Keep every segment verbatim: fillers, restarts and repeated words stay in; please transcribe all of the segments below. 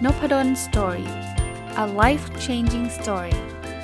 Nopadon Story. A life-changing story.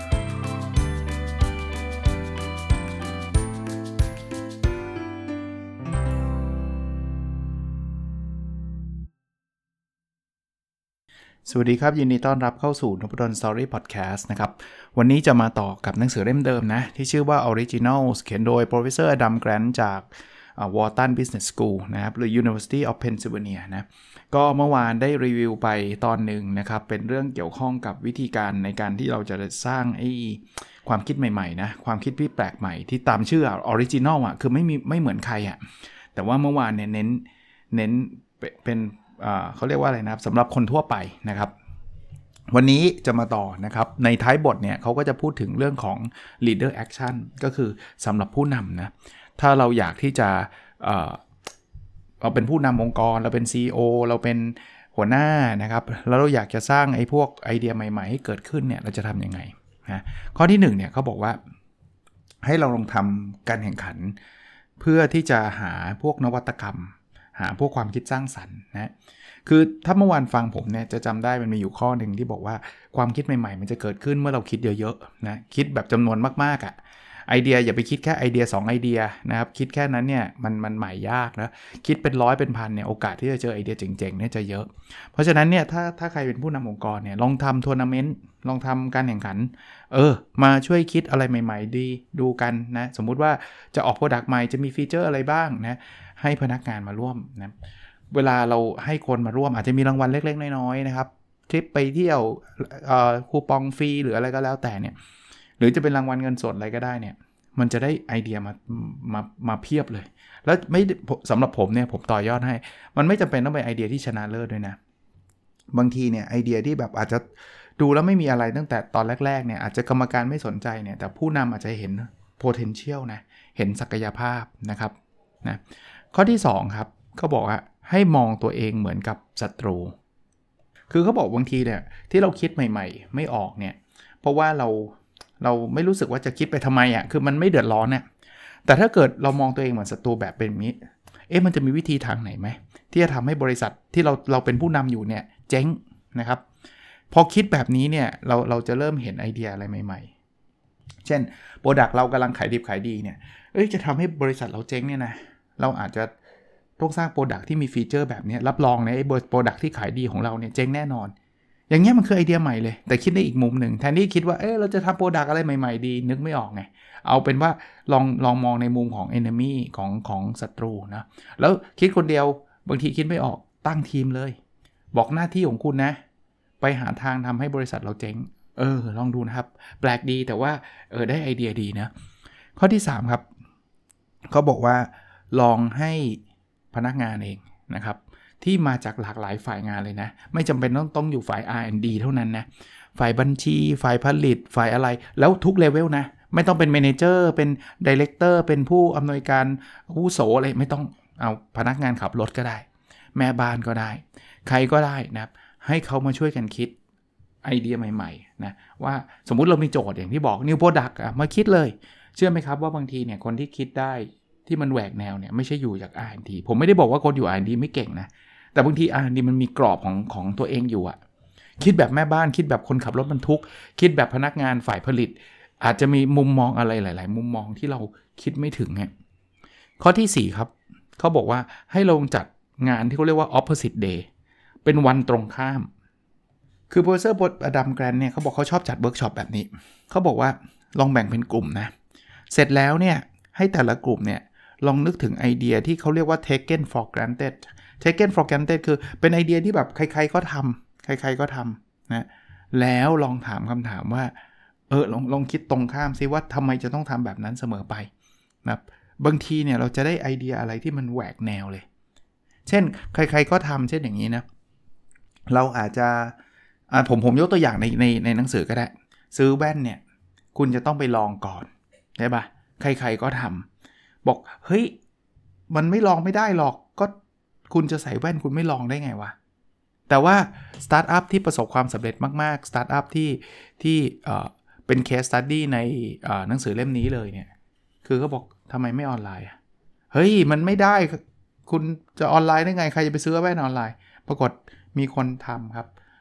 สวัสดีครับยินดีต้อนรับเข้าสู่ Nopadon Story Podcast นะครับวันนี้จะมาต่อกับหนังสือเล่มเดิมนะที่ชื่อว่า Originals เขียนโดย Professor Adam Grant จาก Wharton Business School นะครับหรือ University of Pennsylvania นะก็เมื่อวานได้รีวิวไปตอนหนึ่งนะครับเป็นเรื่องเกี่ยวข้องกับวิธีการในการที่เราจะสร้างไอ้ความคิดใหม่ๆนะความคิดที่แปลกใหม่ที่ตามชื่อ Original อ่ะคือไม่มีไม่เหมือนใครอ่ะแต่ว่าเมื่อวานเนี่ยเน้นเน้นเป็นเขาเรียกว่าอะไรนะครับสำหรับคนทั่วไปนะครับวันนี้จะมาต่อนะครับในท้ายบทเนี่ยเขาก็จะพูดถึงเรื่องของ leader action ก็คือสำหรับผู้นำนะถ้าเราอยากที่จะ เอ่อ เราเป็นผู้นำองค์กรเราเป็น ซี อี โอ เราเป็นหัวหน้านะครับแล้วเราอยากจะสร้างไอ้พวกไอเดียใหม่ๆให้เกิดขึ้นเนี่ยเราจะทำยังไงนะข้อที่หนึ่งเนี่ยเขาบอกว่าให้เราลองทำการแข่งขันเพื่อที่จะหาพวกนวัตกรรมหาพวกความคิดสร้างสรรค์นะคือถ้าเมื่อวานฟังผมเนี่ยจะจำได้มันมีอยู่ข้อหนึ่งที่บอกว่าความคิดใหม่ๆมันจะเกิดขึ้นเมื่อเราคิดเยอะๆนะคิดแบบจำนวนมากๆอ่ะไอเดียอย่าไปคิดแค่ไอเดียสองไอเดียนะครับคิดแค่นั้นเนี่ยมันมันใหม่ยากนะคิดเป็นร้อยเป็นพันเนี่ยโอกาสที่จะเจอไอเดียเจ๋งๆเนี่ยจะเยอะเพราะฉะนั้นเนี่ยถ้าถ้าใครเป็นผู้นำองค์กรเนี่ยลองทำทัวร์นาเมนต์ลองทำการแข่งขันเออมาช่วยคิดอะไรใหม่ๆดีดูกันนะสมมุติว่าจะออกโปรดักต์ใหม่จะมีฟีเจอร์อะไรบ้างนะให้พนักงานมาร่วมนะเวลาเราให้คนมาร่วมอาจจะมีรางวัลเล็กๆน้อยๆนะครับทริปไปเที่ยวเอ่อคูปองฟรีหรืออะไรก็แล้วแต่เนี่ยหรือจะเป็นรางวัลเงินสดอะไรก็ได้เนี่ยมันจะได้ไอเดียมามามาเพียบเลยแล้วไม่สำหรับผมเนี่ยผมต่อยอดให้มันไม่จำเป็นต้องเป็นไอเดียที่ชนะเลิศด้วยนะบางทีเนี่ยไอเดียที่แบบอาจจะดูแล้วไม่มีอะไรตั้งแต่ตอนแรกๆเนี่ยอาจจะกรรมการไม่สนใจเนี่ยแต่ผู้นำอาจจะเห็น potential นะเห็นศักยภาพนะครับนะข้อที่สองครับเขาบอกว่าให้มองตัวเองเหมือนกับศัตรูคือเขาบอกบางทีเนี่ยที่เราคิดใหม่ๆไม่ออกเนี่ยเพราะว่าเราเราไม่รู้สึกว่าจะคิดไปทำไมอ่ะคือมันไม่เดือดร้อนเนี่ยแต่ถ้าเกิดเรามองตัวเองเหมือนศัตรูแบบเป็นนี้เอ๊ะมันจะมีวิธีทางไหนไหมที่จะทำให้บริษัทที่เราเราเป็นผู้นำอยู่เนี่ยเจ๊งนะครับพอคิดแบบนี้เนี่ยเราเราจะเริ่มเห็นไอเดียอะไรใหม่ๆเช่นโปรดักต์เรากำลังขายดิบขายดีเนี่ยเอ้ยจะทำให้บริษัทเราเจ๊งเนี่ยนะเราอาจจะต้องสร้างโปรดักต์ที่มีฟีเจอร์แบบนี้รับรองในไอ้โปรดักต์ที่ขายดีของเราเนี่ยเจ๊งแน่นอนอย่างเงี้ยมันคือไอเดียใหม่เลยแต่คิดได้อีกมุมหนึ่งแทนที่คิดว่าเออเราจะทำโปรดักต์อะไรใหม่ๆดีนึกไม่ออกไงเอาเป็นว่าลองลองมองในมุมของ enemy ของของศัตรูนะแล้วคิดคนเดียวบางทีคิดไม่ออกตั้งทีมเลยบอกหน้าที่ของคุณนะไปหาทางทำให้บริษัทเราเจ๊งเออลองดูนะครับแปลกดีแต่ว่าเออได้ไอเดียดีนะข้อที่สามครับเขาบอกว่าลองให้พนักงานเองนะครับที่มาจากหลากหลายฝ่ายงานเลยนะไม่จำเป็นต้องต้องอยู่ฝ่าย อาร์ แอนด์ ดี เท่านั้นนะฝ่ายบัญชีฝ่ายผลิตฝ่ายอะไรแล้วทุกเลเวลนะไม่ต้องเป็นเมเนเจอร์เป็นไดเรคเตอร์เป็นผู้อำนวยการอาวุโสอะไรไม่ต้องเอาพนักงานขับรถก็ได้แม่บ้านก็ได้ใครก็ได้นะครับให้เขามาช่วยกันคิดไอเดียใหม่ๆนะว่าสมมุติเรามีโจทย์อย่างที่บอก New Product อ่ะมาคิดเลยเชื่อไหมครับว่าบางทีเนี่ยคนที่คิดได้ที่มันแหวกแนวเนี่ยไม่ใช่อยู่จาก อาร์ แอนด์ ดี ผมไม่ได้บอกว่าคนอยู่ อาร์ แอนด์ ดี ไม่เก่งนะแต่บางที อาร์ แอนด์ ดี มันมีกรอบของของตัวเองอยู่อะคิดแบบแม่บ้านคิดแบบคนขับรถบรรทุกคิดแบบพนักงานฝ่ายผลิตอาจจะมีมุมมองอะไรหลายๆมุมมองที่เราคิดไม่ถึงฮะข้อที่สี่ครับเขาบอกว่าให้ลงจัดงานที่เขาเรียกว่า opposite day เป็นวันตรงข้ามคือ Professor Adam Grant เนี่ยเขาบอกเขาชอบจัดเวิร์กช็อปแบบนี้เขาบอกว่าลองแบ่งเป็นกลุ่มนะเสร็จแล้วเนี่ยให้แต่ละกลุ่มเนี่ยลองนึกถึงไอเดียที่เขาเรียกว่า taken for granted taken for granted คือเป็นไอเดียที่แบบใครๆก็ทำใครๆก็ทำนะแล้วลองถามคำถามว่าเออลองลองคิดตรงข้ามซิว่าทำไมจะต้องทำแบบนั้นเสมอไปนะบางทีเนี่ยเราจะได้ไอเดียอะไรที่มันแหวกแนวเลยเช่นใครๆก็ทำเช่นอย่างนี้นะเราอาจจะอ่าผมผมยกตัวอย่างในในในหนังสือก็ได้ซื้อแว่นเนี่ยคุณจะต้องไปลองก่อนใช่ปะใครๆก็ทำบอกเฮ้ยมันไม่ลองไม่ได้หรอกก็คุณจะใส่แว่นคุณไม่ลองได้ไงวะแต่ว่าสตาร์ทอัพที่ประสบความสำเร็จมากๆสตาร์ทอัพที่ที่เอ่อเป็นเคสสตั๊ดดี้ในเอ่อหนังสือเล่มนี้เลยเนี่ยคือเขาบอกทำไมไม่ออนไลน์เฮ้ยมันไม่ได้คุณจะออนไลน์ได้ไงใครจะไปซื้อแว่นออนไลน์ปรากฏมีคนทำครับ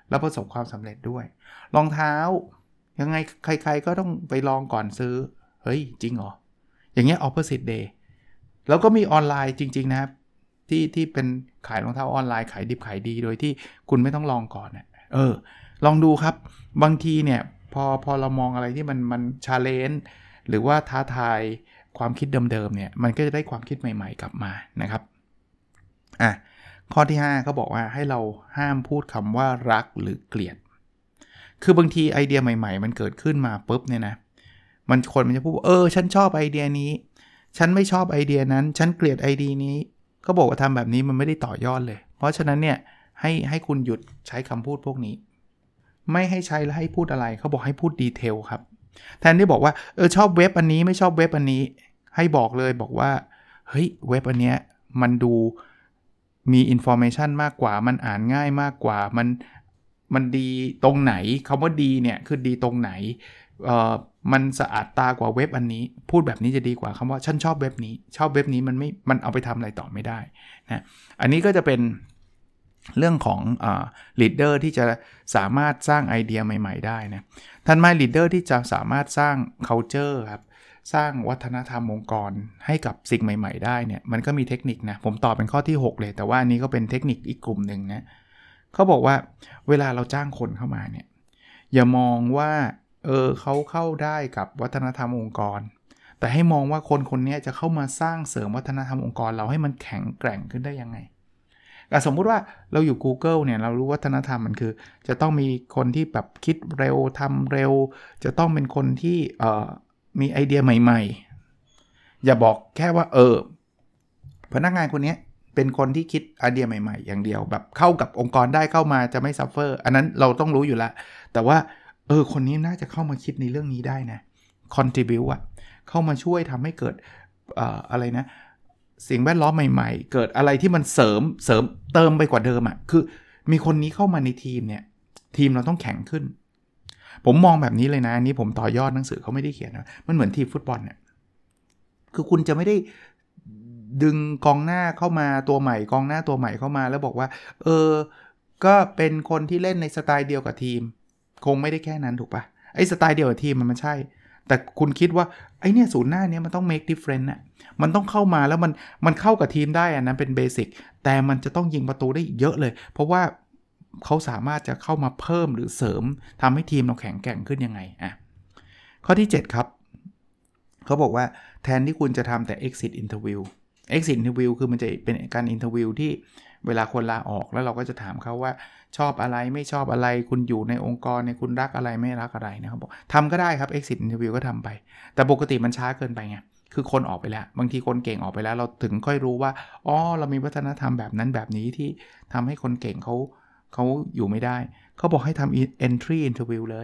แล้วประสบความสำเร็จด้วยรองเท้ายังไงใครๆก็ต้องไปลองก่อนซื้อเฮ้ยจริงเหรออย่างเงี้ย opposite day แล้วก็มีออนไลน์จริงๆนะครับที่ที่เป็นขายรองเท้าออนไลน์ขายดิบขายดีโดยที่คุณไม่ต้องลองก่อนนะเออลองดูครับบางทีเนี่ยพอพอเรามองอะไรที่มันมัน challenge หรือว่าท้าทายความคิดเดิมๆเนี่ยมันก็จะได้ความคิดใหม่ๆกลับมานะครับอ่ะข้อที่ห้าเขาบอกว่าให้เราห้ามพูดคำว่ารักหรือเกลียดคือบางทีไอเดียใหม่ๆมันเกิดขึ้นมาปุ๊บเนี่ยนะมันคนมันจะพูดเออฉันชอบไอเดียนี้ฉันไม่ชอบไอเดียนั้นฉันเกลียดไอเดียนี้ก็บอกว่าทำแบบนี้มันไม่ได้ต่อยอดเลยเพราะฉะนั้นเนี่ยให้ให้คุณหยุดใช้คำพูดพวกนี้ไม่ให้ใช้แล้วให้พูดอะไรเขาบอกให้พูดดีเทลครับแทนที่บอกว่าเออชอบเว็บอันนี้ไม่ชอบเว็บอันนี้ให้บอกเลยบอกว่าเฮ้ยเว็บอันเนี้ยมันดูมีอินฟอร์เมชันมากกว่ามันอ่านง่ายมากกว่ามันมันดีตรงไหนคำว่าดีเนี่ยคือดีตรงไหนเอ่อมันสะอาดตากว่าเว็บอันนี้พูดแบบนี้จะดีกว่าคำว่าฉันชอบเว็บนี้ชอบเว็บนี้มันไม่มันเอาไปทำอะไรต่อไม่ได้นะอันนี้ก็จะเป็นเรื่องของเอ่อ leader ที่จะสามารถสร้างไอเดียใหม่ๆได้นะท่านไม่ leader ที่จะสามารถสร้าง culture ครับสร้างวัฒนธรรมองค์กรให้กับสิ่งใหม่ๆได้เนี่ยมันก็มีเทคนิคนะผมตอบเป็นข้อที่หกเลยแต่ว่าอันนี้ก็เป็นเทคนิคอีกกลุ่มหนึ่งนะเขาบอกว่าเวลาเราจ้างคนเข้ามาเนี่ยอย่ามองว่าเออเขาเข้าได้กับวัฒนธรรมองค์กรแต่ให้มองว่าคนคนนี้จะเข้ามาสร้างเสริมวัฒนธรรมองค์กรเราให้มันแข็งแกร่งขึ้นได้ยังไงสมมุติว่าเราอยู่ Google เนี่ยเรารู้วัฒนธรรมมันคือจะต้องมีคนที่แบบคิดเร็วทำเร็วจะต้องเป็นคนที่เอ่อมีไอเดียใหม่ๆอย่าบอกแค่ว่าเออพนักงานคนนี้เป็นคนที่คิดไอเดียใหม่ๆอย่างเดียวแบบเข้ากับองค์กรได้เข้ามาจะไม่ซัฟเฟอร์อันนั้นเราต้องรู้อยู่แล้วแต่ว่าเออคนนี้น่าจะเข้ามาคิดในเรื่องนี้ได้นะ contribute อ่ะเข้ามาช่วยทำให้เกิดเอ่ออะไรนะสิ่งแวดล้อมใหม่ๆเกิดอะไรที่มันเสริมเสริมเติมไปกว่าเดิมอ่ะคือมีคนนี้เข้ามาในทีมเนี่ยทีมเราต้องแข็งขึ้นผมมองแบบนี้เลยนะนี่ผมต่อยอดหนังสือเขาไม่ได้เขียนนะมันเหมือนทีมฟุตบอลเนี่ยคือคุณจะไม่ได้ดึงกองหน้าเข้ามาตัวใหม่กองหน้าตัวใหม่เข้ามาแล้วบอกว่าเออก็เป็นคนที่เล่นในสไตล์เดียวกับทีมคงไม่ได้แค่นั้นถูกปะไอ้สไตล์เดียวกับทีมมันไม่ใช่แต่คุณคิดว่าไอ้เนี่ยศูนย์หน้านี้มันต้อง make difference น่ะมันต้องเข้ามาแล้วมันมันเข้ากับทีมได้อ่ะนะเป็นเบสิกแต่มันจะต้องยิงประตูได้เยอะเลยเพราะว่าเขาสามารถจะเข้ามาเพิ่มหรือเสริมทำให้ทีมเราแข็งแกร่งขึ้นยังไงอ่ะข้อที่เจ็ดครับเขาบอกว่าแทนที่คุณจะทำแต่ exit interview exit interview คือมันจะเป็นการ interview ที่เวลาคนลาออกแล้วเราก็จะถามเขาว่าชอบอะไรไม่ชอบอะไรคุณอยู่ในองค์กรเนี่ยคุณรักอะไรไม่รักอะไรนะครับบอกทำก็ได้ครับ exit interview ก็ทำไปแต่ปกติมันช้าเกินไปไงคือคนออกไปแล้วบางทีคนเก่งออกไปแล้วเราถึงค่อยรู้ว่าอ๋อเรามีวัฒนธรรมแบบนั้นแบบนี้ที่ทำให้คนเก่งเขาเขาอยู่ไม่ได้เขาบอกให้ทำ entry interview เลย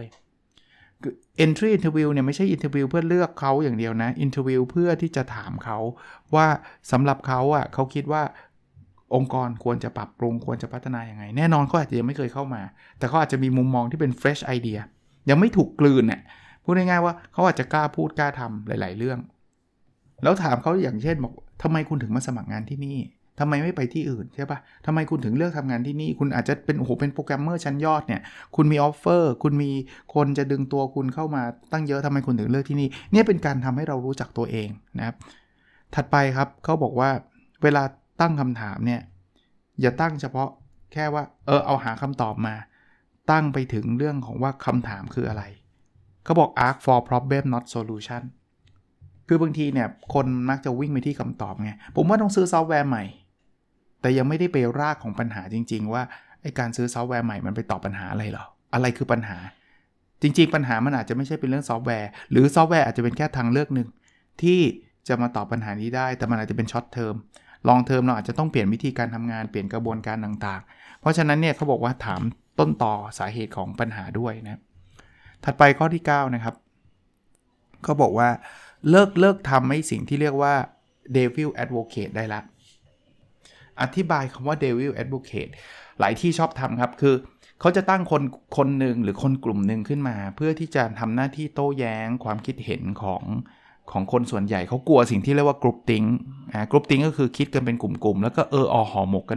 entry interview เนี่ยไม่ใช่ interview เพื่อเลือกเขาอย่างเดียวนะ interview เพื่อที่จะถามเขาว่าสำหรับเขาอ่ะเขาคิดว่าองค์กรควรจะปรับปรุงควรจะพัฒนายังไงแน่นอนเขาอาจจะยังไม่เคยเข้ามาแต่เขาอาจจะมีมุมมองที่เป็น fresh idea ยังไม่ถูกกลืนเนี่ยพูดง่ายๆว่าเขาอาจจะกล้าพูดกล้าทำหลายๆเรื่องแล้วถามเขาอย่างเช่นบอกทำไมคุณถึงมาสมัครงานที่นี่ทำไมไม่ไปที่อื่นใช่ปะทำไมคุณถึงเลือกทำงานที่นี่คุณอาจจะเป็นโอ้โหเป็นโปรแกรมเมอร์ชั้นยอดเนี่ยคุณมีออฟเฟอร์คุณมีคนจะดึงตัวคุณเข้ามาตั้งเยอะทำไมคุณถึงเลือกที่นี่เนี่ยเป็นการทำให้เรารู้จักตัวเองนะครับถัดไปครับเขาบอกว่าเวลาตั้งคำถามเนี่ยอย่าตั้งเฉพาะแค่ว่าเออเอาหาคำตอบมาตั้งไปถึงเรื่องของว่าคำถามคืออะไรเขาบอก ask for problem not solution คือบางทีเนี่ยคนมักจะวิ่งไปที่คำตอบไงผมว่าต้องซื้อซอฟต์แวร์ใหม่แต่ยังไม่ได้ไปรากของปัญหาจริงๆว่าไอ้การซื้อซอฟต์แวร์ใหม่มันไปตอบปัญหาอะไรหรออะไรคือปัญหาจริงๆปัญหามันอาจจะไม่ใช่เป็นเรื่องซอฟต์แวร์หรือซอฟต์แวร์อาจจะเป็นแค่ทางเลือกหนึ่งที่จะมาตอบปัญหานี้ได้แต่มันอาจจะเป็นช็อตเทอมลองเทอมเราอาจจะต้องเปลี่ยนวิธีการทำงานเปลี่ยนกระบวนการต่างๆเพราะฉะนั้นเนี่ยเขาบอกว่าถามต้นตอสาเหตุของปัญหาด้วยนะถัดไปข้อที่เก้านะครับเขาบอกว่าเลิกเลิกทำให้สิ่งที่เรียกว่า devil advocate ได้ละอธิบายคำว่า devil advocate หลายที่ชอบทำครับคือเขาจะตั้งคนคนหนึ่งหรือคนกลุ่มหนึ่งขึ้นมาเพื่อที่จะทำหน้าที่โต้แย้งความคิดเห็นของของคนส่วนใหญ่เขากลัวสิ่งที่เรียกว่า group think อ่า group think ก็คือคิดกันเป็นกลุ่มๆแล้วก็เอออห่อหมกกันหมด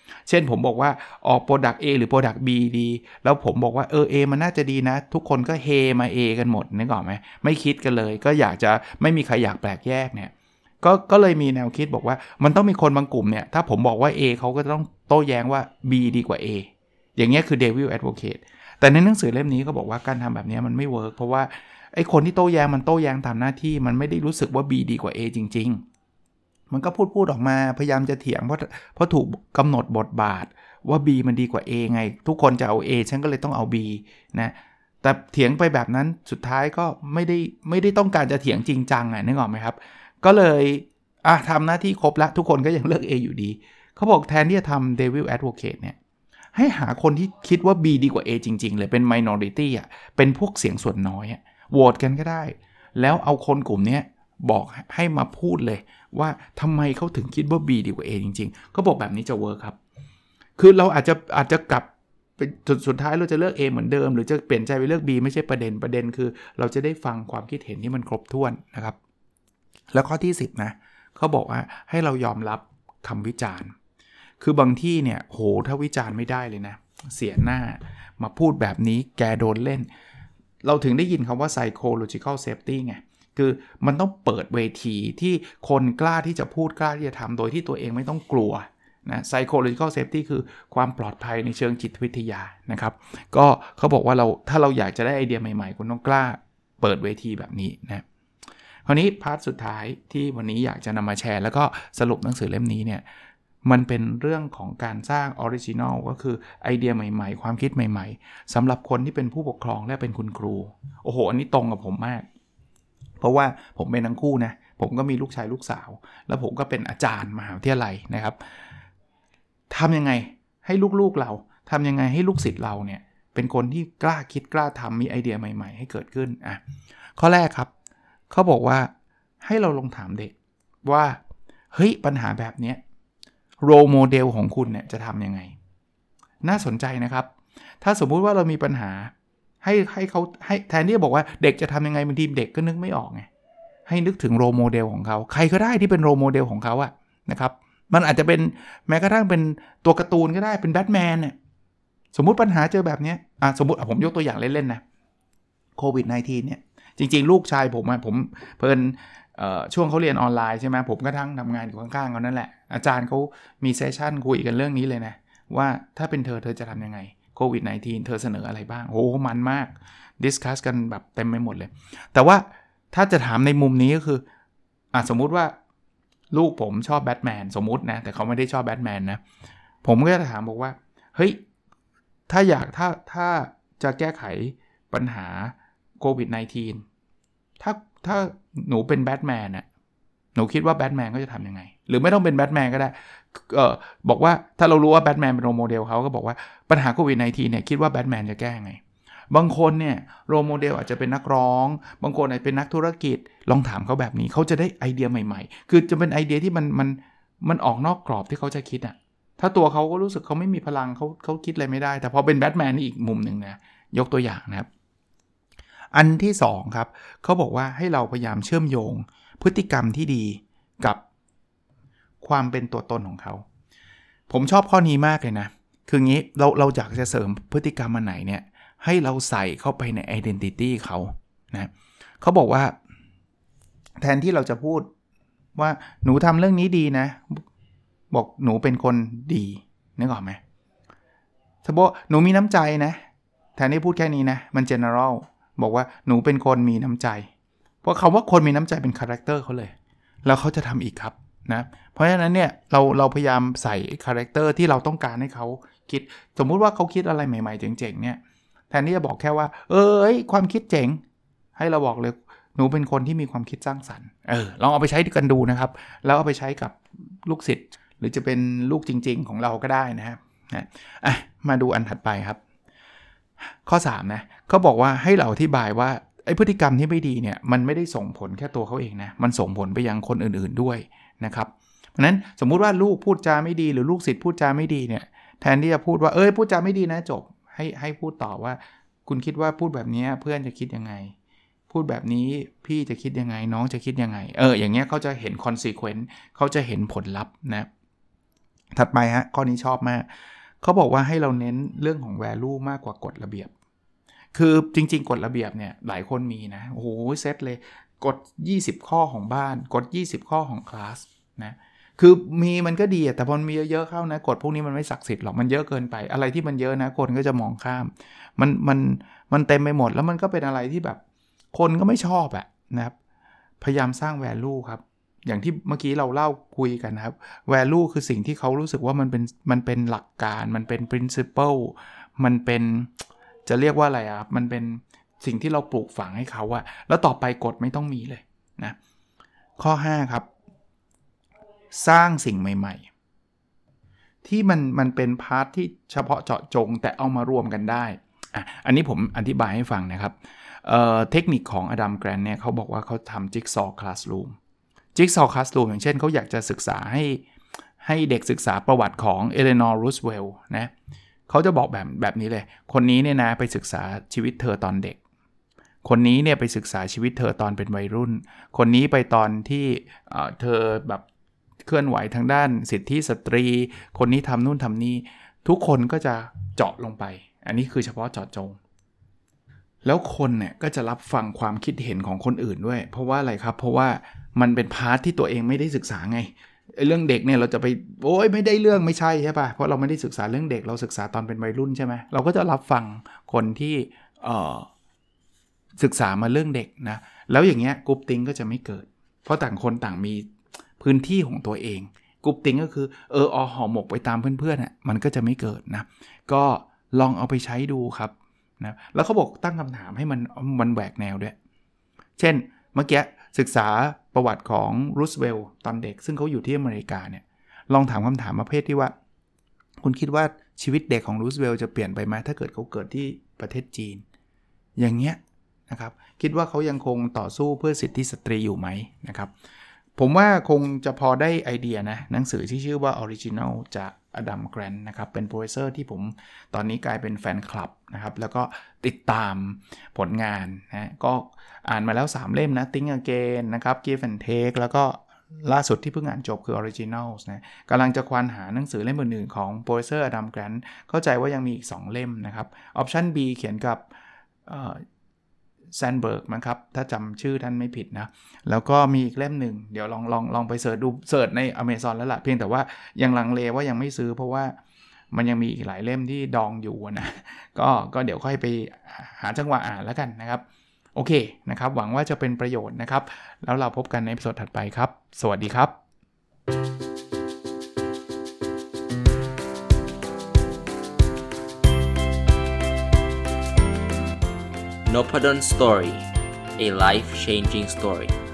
เช่นผมบอกว่าออก Product A หรือ Product B ดีแล้วผมบอกว่าเออ A มันน่าจะดีนะทุกคนก็เฮมา A กันหมดนึกออกไหมไม่คิดกันเลยก็อยากจะไม่มีใครอยากแปลกแยกเนี่ยก็ก็เลยมีแนวคิดบอกว่ามันต้องมีคนบางกลุ่มเนี่ยถ้าผมบอกว่า A เขาก็ต้องโต้แย้งว่า B ดีกว่า A อย่างเงี้ยคือ Devil Advocate แต่ในหนังสือเล่มนี้ก็บอกว่าการทำแบบนี้มันไม่เวิร์กเพราะว่าไอ้คนที่โต้แย้งมันโต้แย้งตามหน้าที่มันไม่ได้รู้สึกว่า B ดีกว่า A จริงๆมันก็พูดพูดออกมาพยายามจะเถียงเพราะเพราะถูกกำหนดบทบาทว่า B มันดีกว่า A ไงทุกคนจะเอา A ฉันก็เลยต้องเอา B นะแต่เถียงไปแบบนั้นสุดท้ายก็ไม่ได้ไม่ได้ต้องการจะเถียงจริงจังอ่ะนึกออกไหมครับก็เลยอ่ะทำหน้าที่ครบแล้วทุกคนก็ยังเลือก A อยู่ดีเขาบอกแทนที่จะทำ Devil Advocate เนี่ยให้หาคนที่คิดว่า B ดีกว่า A จริงๆเลยเป็น minority อ่ะเป็นพวกเสียงส่วนน้อยอ่ะโหวตกันก็ได้แล้วเอาคนกลุ่มนี้บอกให้มาพูดเลยว่าทำไมเขาถึงคิดว่า B ดีกว่า A จริงๆเขาบอกแบบนี้จะเวิร์คครับคือเราอาจจะอาจจะกลับเป็นสุดท้ายเราจะเลือก A เหมือนเดิมหรือจะเปลี่ยนใจไปเลือก B ไม่ใช่ประเด็นประเด็นคือเราจะได้ฟังความคิดเห็นที่มันครบถ้วนนะครับแล้วข้อที่สิบนะเขาบอกว่าให้เรายอมรับคำวิจารณ์คือบางที่เนี่ยโหถ้าวิจารณ์ไม่ได้เลยนะเสียหน้ามาพูดแบบนี้แกโดนเล่นเราถึงได้ยินคำว่า psychological safety ไงคือมันต้องเปิดเวทีที่คนกล้าที่จะพูดกล้าที่จะทำโดยที่ตัวเองไม่ต้องกลัวนะ psychological safety คือความปลอดภัยในเชิงจิตวิทยานะครับก็เขาบอกว่าเราถ้าเราอยากจะได้ไอเดียใหม่ๆคุณต้องกล้าเปิดเวทีแบบนี้นะคราวนี้พาร์ทสุดท้ายที่วันนี้อยากจะนำมาแชร์แล้วก็สรุปหนังสือเล่มนี้เนี่ยมันเป็นเรื่องของการสร้างออริจินัลก็คือไอเดียใหม่ๆความคิดใหม่ๆสำหรับคนที่เป็นผู้ปกครองและเป็นคุณครูโอ้โหอันนี้ตรงกับผมมากเพราะว่าผมเป็นทั้งคู่นะผมก็มีลูกชายลูกสาวแล้วผมก็เป็นอาจารย์มหาวิทยาลัยนะครับทำยังไงให้ลูกๆเราทำยังไงให้ลูกศิษย์เราเนี่ยเป็นคนที่กล้าคิดกล้าทำมีไอเดียใหม่ๆให้เกิดขึ้นอ่ะข้อแรกครับเขาบอกว่าให้เราลองถามเด็กว่าเฮ้ยปัญหาแบบนี้โรลโมเดลของคุณเนี่ยจะทำยังไงน่าสนใจนะครับถ้าสมมุติว่าเรามีปัญหาให้ให้เขาให้แทนที่จะบอกว่าเด็กจะทำยังไงบางทีเด็กก็นึกไม่ออกไงให้นึกถึงโรลโมเดลของเขาใครก็ได้ที่เป็นโรลโมเดลของเขาอะนะครับมันอาจจะเป็นแม้กระทั่งเป็นตัวการ์ตูนก็ได้เป็นแบทแมนเนี่ยสมมุติปัญหาเจอแบบนี้อ่ะสมมุติผมยกตัวอย่างเล่นๆนะโควิด สิบเก้า เนี่ยจริงๆลูกชายผมอะผมเพิ่นช่วงเขาเรียนออนไลน์ใช่ไหมผมก็ทั้งทำงานอยู่ข้างๆเขานั่นแหละอาจารย์เขามีเซสชั่นคุยกันเรื่องนี้เลยนะว่าถ้าเป็นเธอเธอจะทำยังไงโควิด สิบเก้า เธอเสนออะไรบ้างโอ้มันมากดิสคัสกันแบบเต็มไปหมดเลยแต่ว่าถ้าจะถามในมุมนี้ก็คืออ่ะสมมุติว่าลูกผมชอบแบทแมนสมมุตินะแต่เขาไม่ได้ชอบแบทแมนนะผมก็จะถามบอกว่าเฮ้ยถ้าอยากถ้าถ้าจะแก้ไขปัญหาโควิด สิบเก้า ถ้าถ้าหนูเป็นแบทแมนน่ะหนูคิดว่าแบทแมนก็จะทำยังไงหรือไม่ต้องเป็นแบทแมนก็ได้เออบอกว่าถ้าเรารู้ว่าแบทแมนเป็นโรลโมเดลเขาก็บอกว่าปัญหาโควิด สิบเก้า เนี่ยคิดว่าแบทแมนจะแก้ไงบางคนเนี่ยโรลโมเดลอาจจะเป็นนักร้องบางคนอาจจะเป็นนักธุรกิจลองถามเขาแบบนี้เขาจะได้ไอเดียใหม่ๆคือจะเป็นไอเดียที่มันมันมันออกนอกกรอบที่เขาจะคิดอ่ะถ้าตัวเขาก็รู้สึกเขาไม่มีพลังเขาเขาคิดอะไรไม่ได้แต่พอเป็นแบทแมนนี่อีกมุมนึงนะยกตัวอย่างนะครับอันที่สองครับเขาบอกว่าให้เราพยายามเชื่อมโยงพฤติกรรมที่ดีกับความเป็นตัวตนของเขาผมชอบข้อนี้มากเลยนะคืองี้เราเราอยากจะเสริมพฤติกรรมอันไหนเนี่ยให้เราใส่เข้าไปใน identity เขานะเขาบอกว่าแทนที่เราจะพูดว่าหนูทำเรื่องนี้ดีนะบอกหนูเป็นคนดีนึกออกไหมถ้าบอกหนูมีน้ำใจนะแทนที่พูดแค่นี้นะมัน general บอกว่าหนูเป็นคนมีน้ำใจเพราะคำว่าคนมีน้ำใจเป็นคาแรคเตอร์เขาเลยแล้วเขาจะทำอีกครับนะเพราะฉะนั้นเนี่ยเราเราพยายามใส่คาแรคเตอร์ที่เราต้องการให้เขาคิดสมมุติว่าเขาคิดอะไรใหม่ๆเจ๋งๆเนี่ยแทนที่จะบอกแค่ว่าเอ้ยความคิดเจ๋งให้เราบอกเลยหนูเป็นคนที่มีความคิดสร้างสรรค์เออลองเอาไปใช้กันดูนะครับแล้วเอาไปใช้กับลูกศิษย์หรือจะเป็นลูกจริงๆของเราก็ได้นะครับนะอ่ะมาดูอันถัดไปครับข้อสามนะเขาบอกว่าให้เราอธิบายว่าไอ้พฤติกรรมที่ไม่ดีเนี่ยมันไม่ได้ส่งผลแค่ตัวเขาเองนะมันส่งผลไปยังคนอื่นๆด้วยนะครับเพราะนั้นสมมุติว่าลูกพูดจาไม่ดีหรือลูกศิษย์พูดจาไม่ดีเนี่ยแทนที่จะพูดว่าเอ้ยพูดจาไม่ดีนะจบให้ให้พูดต่อว่าคุณคิดว่าพูดแบบนี้เพื่อนจะคิดยังไงพูดแบบนี้พี่จะคิดยังไงน้องจะคิดยังไงเอออย่างเงี้ยเขาจะเห็น consequence เขาจะเห็นผลลัพธ์นะถัดไปฮะข้อนี้ชอบมากเขาบอกว่าให้เราเน้นเรื่องของ value มากกว่ากฎระเบียบคือจริงๆกฎระเบียบเนี่ยหลายคนมีนะโอ้โหเซตเลยกฎยี่สิบข้อของบ้านกฎยี่สิบข้อของคลาสนะคือมีมันก็ดีแต่พอมีเยอะๆเข้านะกฎพวกนี้มันไม่ศักดิ์สิทธิ์หรอกมันเยอะเกินไปอะไรที่มันเยอะนะคนก็จะมองข้ามมันมันมันเต็มไปหมดแล้วมันก็เป็นอะไรที่แบบคนก็ไม่ชอบอะนะครับพยายามสร้าง value ครับอย่างที่เมื่อกี้เราเล่าคุยกันนะครับ value คือสิ่งที่เขารู้สึกว่ามันเป็นมันเป็นหลักการมันเป็น principle มันเป็นจะเรียกว่าอะไรอ่ะมันเป็นสิ่งที่เราปลูกฝังให้เขาอะแล้วต่อไปกฎไม่ต้องมีเลยนะข้อห้าครับสร้างสิ่งใหม่ๆที่มันมันเป็นพาร์ทที่เฉพาะเจาะจงแต่เอามารวมกันได้อ่ะอันนี้ผมอธิบายให้ฟังนะครับเอ่อเทคนิคของอดัมแกรนท์เนี่ยเขาบอกว่าเขาทำจิ๊กซอว์คลาสรูมจิ๊กซอว์คลาสรูมอย่างเช่นเขาอยากจะศึกษาให้ให้เด็กศึกษาประวัติของเอเลนอร์ รูสเวลล์นะเขาจะบอกแบบแบบนี้เลยคนนี้เนี่ยนะไปศึกษาชีวิตเธอตอนเด็กคนนี้เนี่ยไปศึกษาชีวิตเธอตอนเป็นวัยรุ่นคนนี้ไปตอนที่เธอแบบเคลื่อนไหวทางด้านสิทธิสตรีคนนี้ทำนู่นทำนี่ทุกคนก็จะเจาะลงไปอันนี้คือเฉพาะเจาะจงแล้วคนเนี่ยก็จะรับฟังความคิดเห็นของคนอื่นด้วยเพราะว่าอะไรครับเพราะว่ามันเป็นพาร์ทที่ตัวเองไม่ได้ศึกษาไงไอ้เรื่องเด็กเนี่ยเราจะไปโอ๊ยไม่ได้เรื่องไม่ใช่ใช่ป่ะเพราะเราไม่ได้ศึกษาเรื่องเด็กเราศึกษาตอนเป็นวัยรุ่นใช่ไหมเราก็จะรับฟังคนที่เอ่อศึกษามาเรื่องเด็กนะแล้วอย่างเงี้ยกรุ๊ปติ้งก็จะไม่เกิดเพราะต่างคนต่างมีพื้นที่ของตัวเองกรุ๊ปติ้งก็คือเอออห่อหมกไปตามเพื่อนๆอ่ะมันก็จะไม่เกิดนะก็ลองเอาไปใช้ดูครับนะแล้วเขาบอกตั้งคำถามให้มันมันแหวกแนวด้วยเช่นเมื่อกี้ศึกษาประวัติของรูสเวลล์ตอนเด็กซึ่งเขาอยู่ที่อเมริกาเนี่ยลองถามคำถามประเภทที่ว่าคุณคิดว่าชีวิตเด็กของรูสเวลล์จะเปลี่ยนไปไหมถ้าเกิดเขาเกิดที่ประเทศจีนอย่างเงี้ยนะครับคิดว่าเขายังคงต่อสู้เพื่อสิทธิสตรีอยู่ไหมนะครับผมว่าคงจะพอได้ไอเดียนะหนังสือที่ชื่อว่า Original จากอดัมแกรนท์นะครับเป็นโปรเฟสเซอร์ที่ผมตอนนี้กลายเป็นแฟนคลับนะครับแล้วก็ติดตามผลงานนะก็อ่านมาแล้วสามเล่มนะ Think Again นะครับ Give and Take แล้วก็ล่าสุดที่เพิ่งอ่านจบคือ Originals นะกำลังจะควานหาหนังสือเล่มอื่นๆของโปรเฟสเซอร์อดัมแกรนท์เข้าใจว่ายังมีอีกสองเล่มนะครับ Option B เขียนกับแซนเบิร์กมั้งครับถ้าจำชื่อท่านไม่ผิดนะแล้วก็มีอีกเล่มหนึ่งเดี๋ยวลองลองลองไปเสิร์ชดูเสิร์ชใน Amazon แล้วล่ะเพียงแต่ว่ายังลังเลว่ายังไม่ซื้อเพราะว่ามันยังมีอีกหลายเล่มที่ดองอยู่นะก็ก็เดี๋ยวค่อยไปหาจังหวะอ่านแล้วกันนะครับโอเคนะครับหวังว่าจะเป็นประโยชน์นะครับแล้วเราพบกันในตอนถัดไปครับสวัสดีครับ Nopadon Story, a life-changing story.